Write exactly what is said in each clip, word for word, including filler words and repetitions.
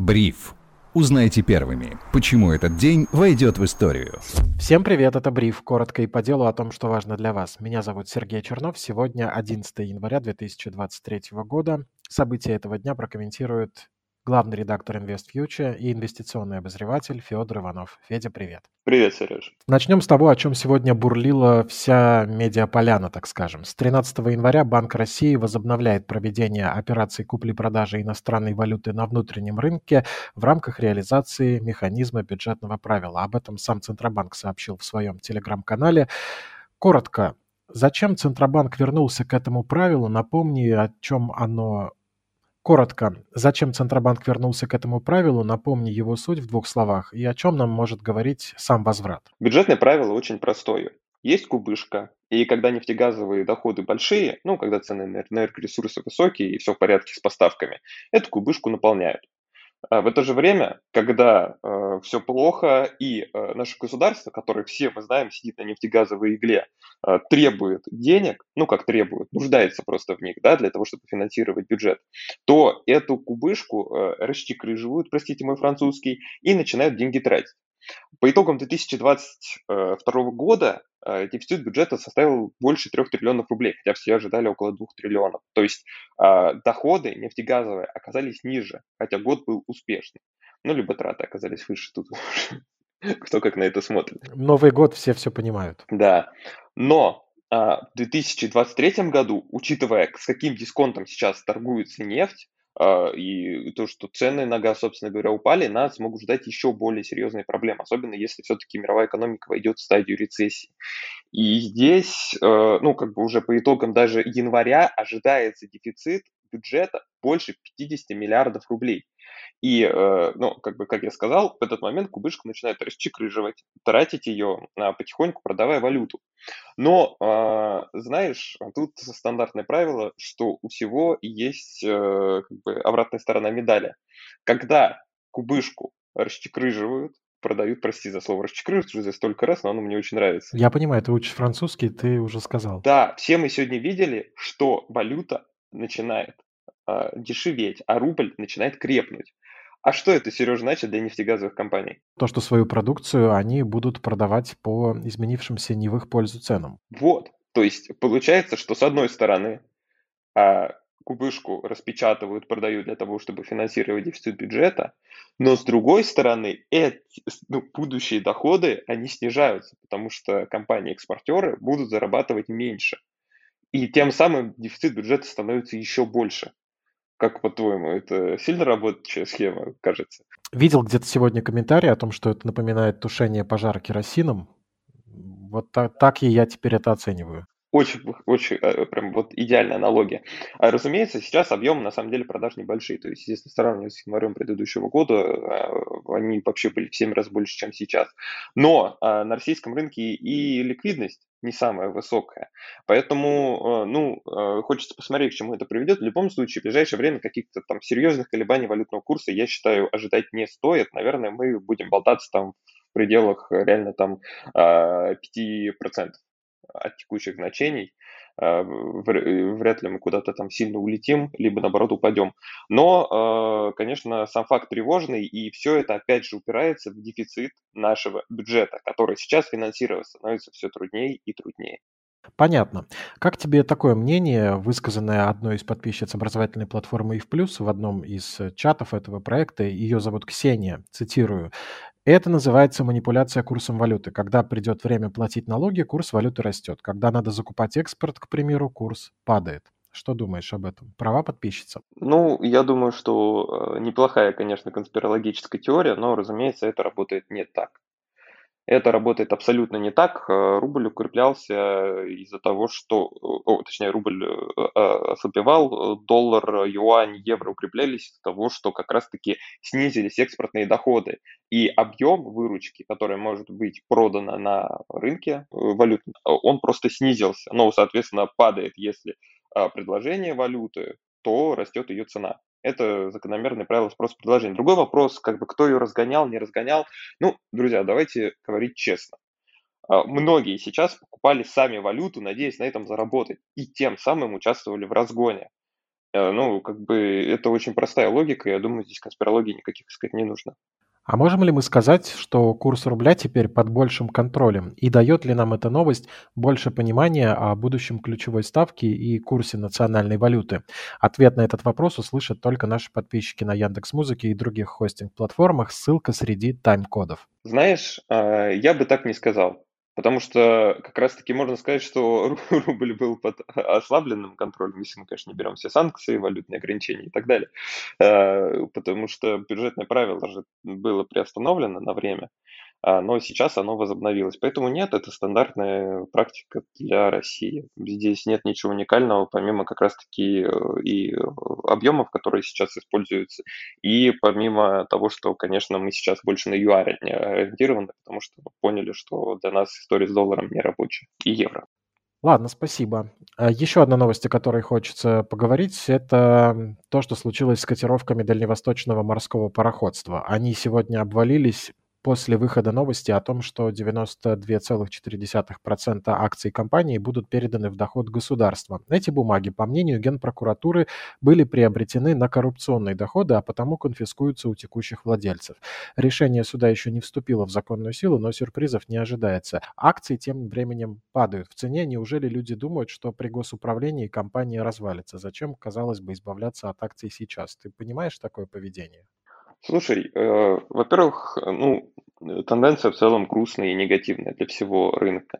Бриф. Узнайте первыми, почему этот день войдет в историю. Всем привет, это Бриф. Коротко и по делу о том, что важно для вас. Меня зовут Сергей Чернов. Сегодня одиннадцатое января две тысячи двадцать третьего года. События этого дня прокомментирует главный редактор InvestFuture и инвестиционный обозреватель Федор Иванов. Федя, привет. Привет, Сереж. Начнем с того, о чем сегодня бурлила вся медиаполяна, так скажем. С тринадцатого января Банк России возобновляет проведение операций купли-продажи иностранной валюты на внутреннем рынке в рамках реализации механизма бюджетного правила. Об этом сам Центробанк сообщил в своем телеграм-канале. Коротко, зачем Центробанк вернулся к этому правилу? Напомни, о чем оно... Коротко, зачем Центробанк вернулся к этому правилу, напомни его суть в двух словах и о чем нам может говорить сам возврат. Бюджетное правило очень простое. Есть кубышка, и когда нефтегазовые доходы большие, ну, когда цены на энергоресурсы высокие и все в порядке с поставками, эту кубышку наполняют. А в это же время, когда э, все плохо, и э, наше государство, которое все мы знаем, сидит на нефтегазовой игле, э, требует денег, ну как требует, нуждается просто в них, да, для того, чтобы финансировать бюджет, то эту кубышку э, расчекрыживают, простите мой французский, и начинают деньги тратить. По итогам две тысячи двадцать второго года э, дефицит бюджета составил больше трех триллионов рублей, хотя все ожидали около двух триллионов. То есть э, доходы нефтегазовые оказались ниже, хотя год был успешный. Ну, либо траты оказались выше, тут кто как на это смотрит. Новый год, все все понимают. Да, но а, в две тысячи двадцать третьем году, учитывая, с каким дисконтом сейчас торгуется нефть, а, и то, что цены на газ, собственно говоря, упали, нас могут ждать еще более серьезные проблемы, особенно если все-таки мировая экономика войдет в стадию рецессии. И здесь, э, ну, как бы уже по итогам даже января ожидается дефицит бюджета больше пятьдесят миллиардов рублей. И, э, ну, как бы, как я сказал, в этот момент кубышку начинают расчекрыживать, тратить ее, а, потихоньку продавая валюту. Но, а, знаешь, тут стандартное правило, что у всего есть, э, как бы обратная сторона медали. Когда кубышку расчекрыживают, продают, прости за слово расчекрыживать, уже здесь столько раз, но оно мне очень нравится. Я понимаю, ты учишь французский, ты уже сказал. Да, все мы сегодня видели, что валюта начинает а, дешеветь, а рубль начинает крепнуть. А что это, Сережа, значит для нефтегазовых компаний? То, что свою продукцию они будут продавать по изменившимся не в их пользу ценам. Вот, то есть получается, что с одной стороны а, кубышку распечатывают, продают для того, чтобы финансировать дефицит бюджета, но с другой стороны эти, ну, будущие доходы, они снижаются, потому что компании-экспортеры будут зарабатывать меньше. И тем самым дефицит бюджета становится еще больше. Как по-твоему, это сильно работающая схема, кажется? Видел где-то сегодня комментарий о том, что это напоминает тушение пожара керосином. Вот та- так и я теперь это оцениваю. Очень, очень, э, прям вот идеальная аналогия. А, разумеется, сейчас объемы на самом деле продаж небольшие. То есть, если сравнивать с январем предыдущего года, э, они вообще были в семь раз больше, чем сейчас. Но а, на российском рынке и ликвидность не самая высокая. Поэтому, э, ну, э, хочется посмотреть, к чему это приведет. В любом случае, в ближайшее время каких-то там серьезных колебаний валютного курса, я считаю, ожидать не стоит. Наверное, мы будем болтаться там в пределах э, реально там а, пяти процентов от текущих значений. А, вр- Вряд ли мы куда-то там сильно улетим, либо наоборот упадем. Но, э, конечно, сам факт тревожный, и все это опять же упирается в дефицит нашего бюджета, который сейчас финансировать становится все труднее и труднее. Понятно. Как тебе такое мнение, высказанное одной из подписчиц образовательной платформы ИФ Плюс в одном из э, чатов этого проекта? Ее зовут Ксения, цитирую. Это называется манипуляция курсом валюты. Когда придет время платить налоги, курс валюты растет. Когда надо закупать экспорт, к примеру, курс падает. Что думаешь об этом? Права подписчица? Ну, я думаю, что э, неплохая, конечно, конспирологическая теория, но, разумеется, это работает не так. Это работает абсолютно не так. Э, Рубль укреплялся из-за того, что, о, точнее, рубль э, э, ослабевал, э, доллар, юань, евро укреплялись из-за того, что как раз-таки снизились экспортные доходы. И объем выручки, который может быть продано на рынке э, валютном, э, он просто снизился. Но, соответственно, падает, если э, предложение валюты, то растет ее цена. Это закономерное правило спроса-предложения. Другой вопрос, как бы кто ее разгонял, не разгонял. Ну, друзья, давайте говорить честно. А, Многие сейчас покупали сами валюту, надеясь на этом заработать, и тем самым участвовали в разгоне. Э, ну, как бы это очень простая логика, я думаю, здесь конспирологии никаких искать не нужно. А можем ли мы сказать, что курс рубля теперь под большим контролем? И дает ли нам эта новость больше понимания о будущем ключевой ставки и курсе национальной валюты? Ответ на этот вопрос услышат только наши подписчики на Яндекс.Музыке и других хостинг-платформах. Ссылка среди тайм-кодов. Знаешь, а, я бы так не сказал, потому что как раз-таки можно сказать, что ру рубль был под ослабленным контролем, если мы, конечно, не берем все санкции, валютные ограничения и так далее. Э, потому что бюджетное правило же было приостановлено на время, а, но сейчас оно возобновилось. Поэтому нет, это стандартная практика для России. Здесь нет ничего уникального, помимо как раз-таки, э, и, э, объемов, которые сейчас используются, и помимо того, что, конечно, мы сейчас больше на юань ориентированы, потому что поняли, что для нас история с долларом не рабочая, и евро. Ладно, спасибо. А еще одна новость, о которой хочется поговорить, это то, что случилось с котировками дальневосточного морского пароходства. Они сегодня обвалились после выхода новости о том, что девяносто две целых четыре десятых процента акций компании будут переданы в доход государства. Эти бумаги, по мнению Генпрокуратуры, были приобретены на коррупционные доходы, а потому конфискуются у текущих владельцев. Решение суда еще не вступило в законную силу, но сюрпризов не ожидается. Акции тем временем падают в цене. Неужели люди думают, что при госуправлении компания развалится? Зачем, казалось бы, избавляться от акций сейчас? Ты понимаешь такое поведение? Слушай, э, во-первых, э, ну, э, тенденция в целом грустная и негативная для всего рынка.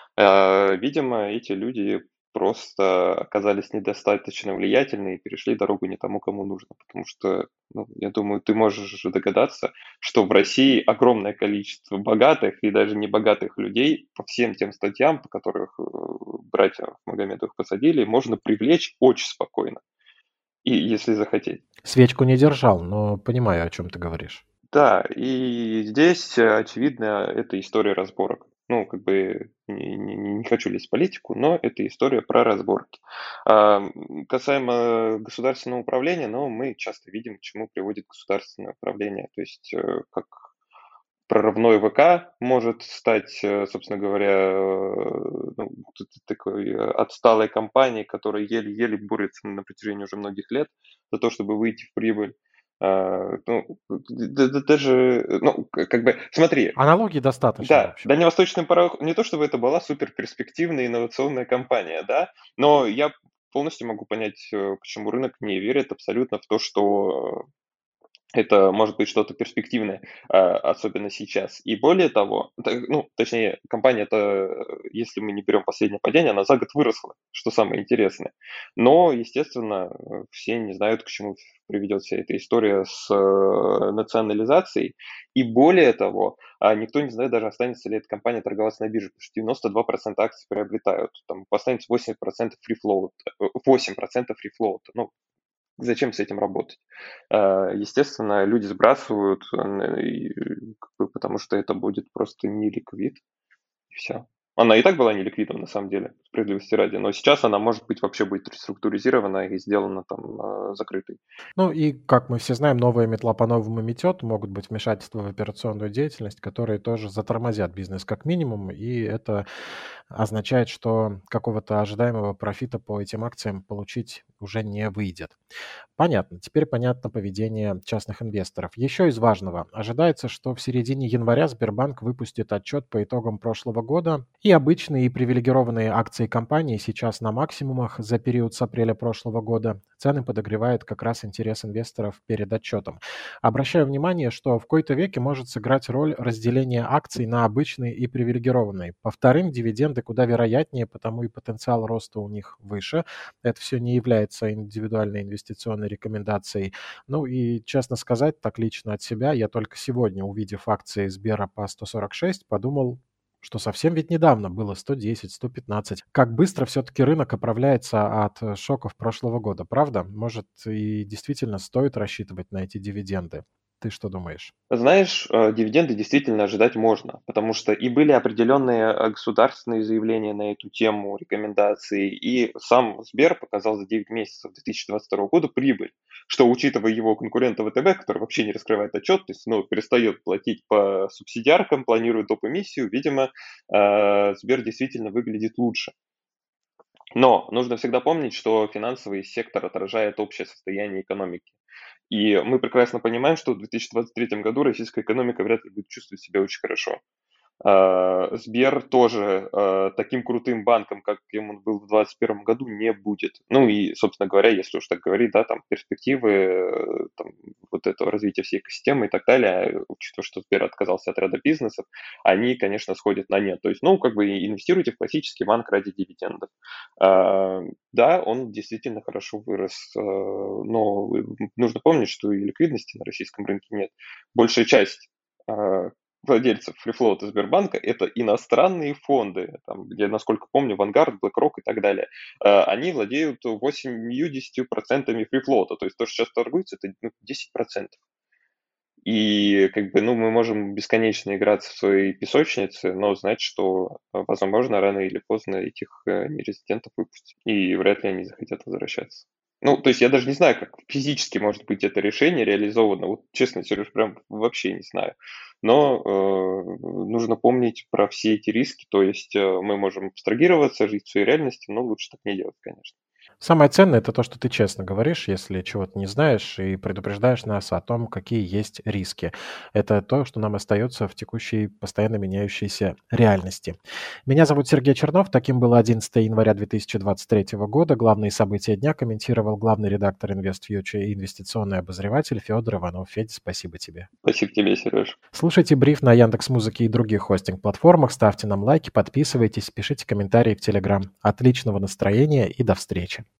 Э, видимо, эти люди просто оказались недостаточно влиятельны и перешли дорогу не тому, кому нужно. Потому что, ну, я думаю, ты можешь уже догадаться, что в России огромное количество богатых и даже небогатых людей по всем тем статьям, по которых э, братья Магомедовых посадили, можно привлечь очень спокойно, и если захотеть. Свечку не держал, но понимаю, о чем ты говоришь. Да, и здесь, э, очевидно, это история разборок. Ну, как бы не, не- не хочу лезть в политику, но это история про разборки. А, м, касаемо государственного управления, ну, мы часто видим, к чему приводит государственное управление. То есть, э, как прорывной вэ ка может стать, э, собственно говоря, э, ну, т- т- такой э, отсталой компанией, которая еле-еле борется на протяжении уже многих лет за то, чтобы выйти в прибыль. А, ну, д- д- даже, э, ну, к- как бы, смотри, Аналогий достаточно, в да, общем. дальневосточный пароход, не то чтобы это была супер перспективная инновационная компания, да, но я полностью могу понять, э, почему рынок не верит абсолютно в то, что это может быть что-то перспективное, а, особенно сейчас. И более того, т ну, точнее, компания-то, э, если мы не берем последнее падение, она за год выросла, что самое интересное. Но, естественно, э, все не знают, к чему приведет вся эта история с, э, национализацией. И более того, а, никто не знает даже, останется ли эта компания торговаться на бирже, потому что девяносто два процента акций приобретают, там останется восемь процентов free float, э, восемь процентов free float. Ну, зачем с этим работать? А, естественно, люди сбрасывают, н и как бы потому что это будет просто не ликвид, и всё. Она и так была не ликвидом, на самом деле, справедливости ради, но сейчас она, может быть, вообще будет реструктуризирована и сделана там, а, закрытой. Ну и, как мы все знаем, новая метла по-новому метет, могут быть вмешательства в операционную деятельность, которые тоже затормозят бизнес как минимум, и это означает, что какого-то ожидаемого профита по этим акциям получить уже не выйдет. Понятно. Теперь понятно поведение частных инвесторов. Еще из важного. Ожидается, что в середине января Сбербанк выпустит отчет по итогам прошлого года. И обычные и привилегированные акции компании сейчас на максимумах за период с апреля прошлого года. Цены подогревает как раз интерес инвесторов перед отчетом. Обращаю внимание, что в какой-то веке может сыграть роль разделения акций на обычные и привилегированные. По вторым, дивиденды куда вероятнее, потому и потенциал роста у них выше. Это все не является индивидуальной инвестиционной рекомендацией. Ну и, честно сказать, так лично от себя, я только сегодня, увидев акции Сбера по сто сорок шесть, подумал, что совсем ведь недавно было сто десять, сто пятнадцать. Как быстро все-таки рынок оправляется от э, шоков прошлого года, правда? Может, и действительно стоит рассчитывать на эти дивиденды? Ты что думаешь? Знаешь, э, дивиденды действительно ожидать можно, потому что и были определенные э, государственные заявления на эту тему, рекомендации, и сам Сбер показал за девять месяцев две тысячи двадцать второго года прибыль, что, учитывая его конкурента вэ тэ бэ, который вообще не раскрывает отчетность, но перестает платить по субсидиаркам, планирует доп. Эмиссию, видимо, э, Сбер действительно выглядит лучше. Но нужно всегда помнить, что финансовый сектор отражает общее состояние экономики. И мы прекрасно понимаем, что в две тысячи двадцать третьем году российская экономика вряд ли будет чувствовать себя очень хорошо. А, Сбер тоже а, таким крутым банком, каким он был в двадцать первом году, не будет. Ну и, собственно говоря, если уж так говорить, да, там перспективы э, там, вот этого развития всей экосистемы и так далее, учитывая, что Сбер отказался от ряда бизнесов, они, конечно, сходят на нет. То есть, ну, как бы инвестируйте в классический банк ради дивидендов. А, Да, он действительно хорошо вырос, а, но нужно помнить, что и ликвидности на российском рынке нет. Большая часть а, владельцев фрифлоута Сбербанка — это иностранные фонды, там, где, насколько помню, Vanguard, BlackRock и так далее. Э, Они владеют восемьдесят процентов фрифлоута, то есть то, что сейчас торгуется, это ну, десять процентов. И как бы, ну, мы можем бесконечно играться в свои песочницы, но знать, что, э, возможно, рано или поздно этих э, нерезидентов выпустят, и вряд ли они захотят возвращаться. Ну, то есть я даже не знаю, как физически может быть это решение реализовано. Вот честно, Сереж, прям вообще не знаю. Но э, нужно помнить про все эти риски. То есть э, мы можем абстрагироваться, жить в своей реальности, но лучше так не делать, конечно. Самое ценное — это то, что ты честно говоришь, если чего-то не знаешь, и предупреждаешь нас о том, какие есть риски. Это то, что нам остается в текущей, постоянно меняющейся реальности. Меня зовут Сергей Чернов. Таким было одиннадцатого января две тысячи двадцать третьего года. Главные события дня комментировал главный редактор InvestFuture и инвестиционный обозреватель Федор Иванов. Федя, спасибо тебе. Спасибо тебе, Сереж. Слушайте бриф на Яндекс.Музыке и других хостинг-платформах, ставьте нам лайки, подписывайтесь, пишите комментарии в Телеграм. Отличного настроения и до встречи.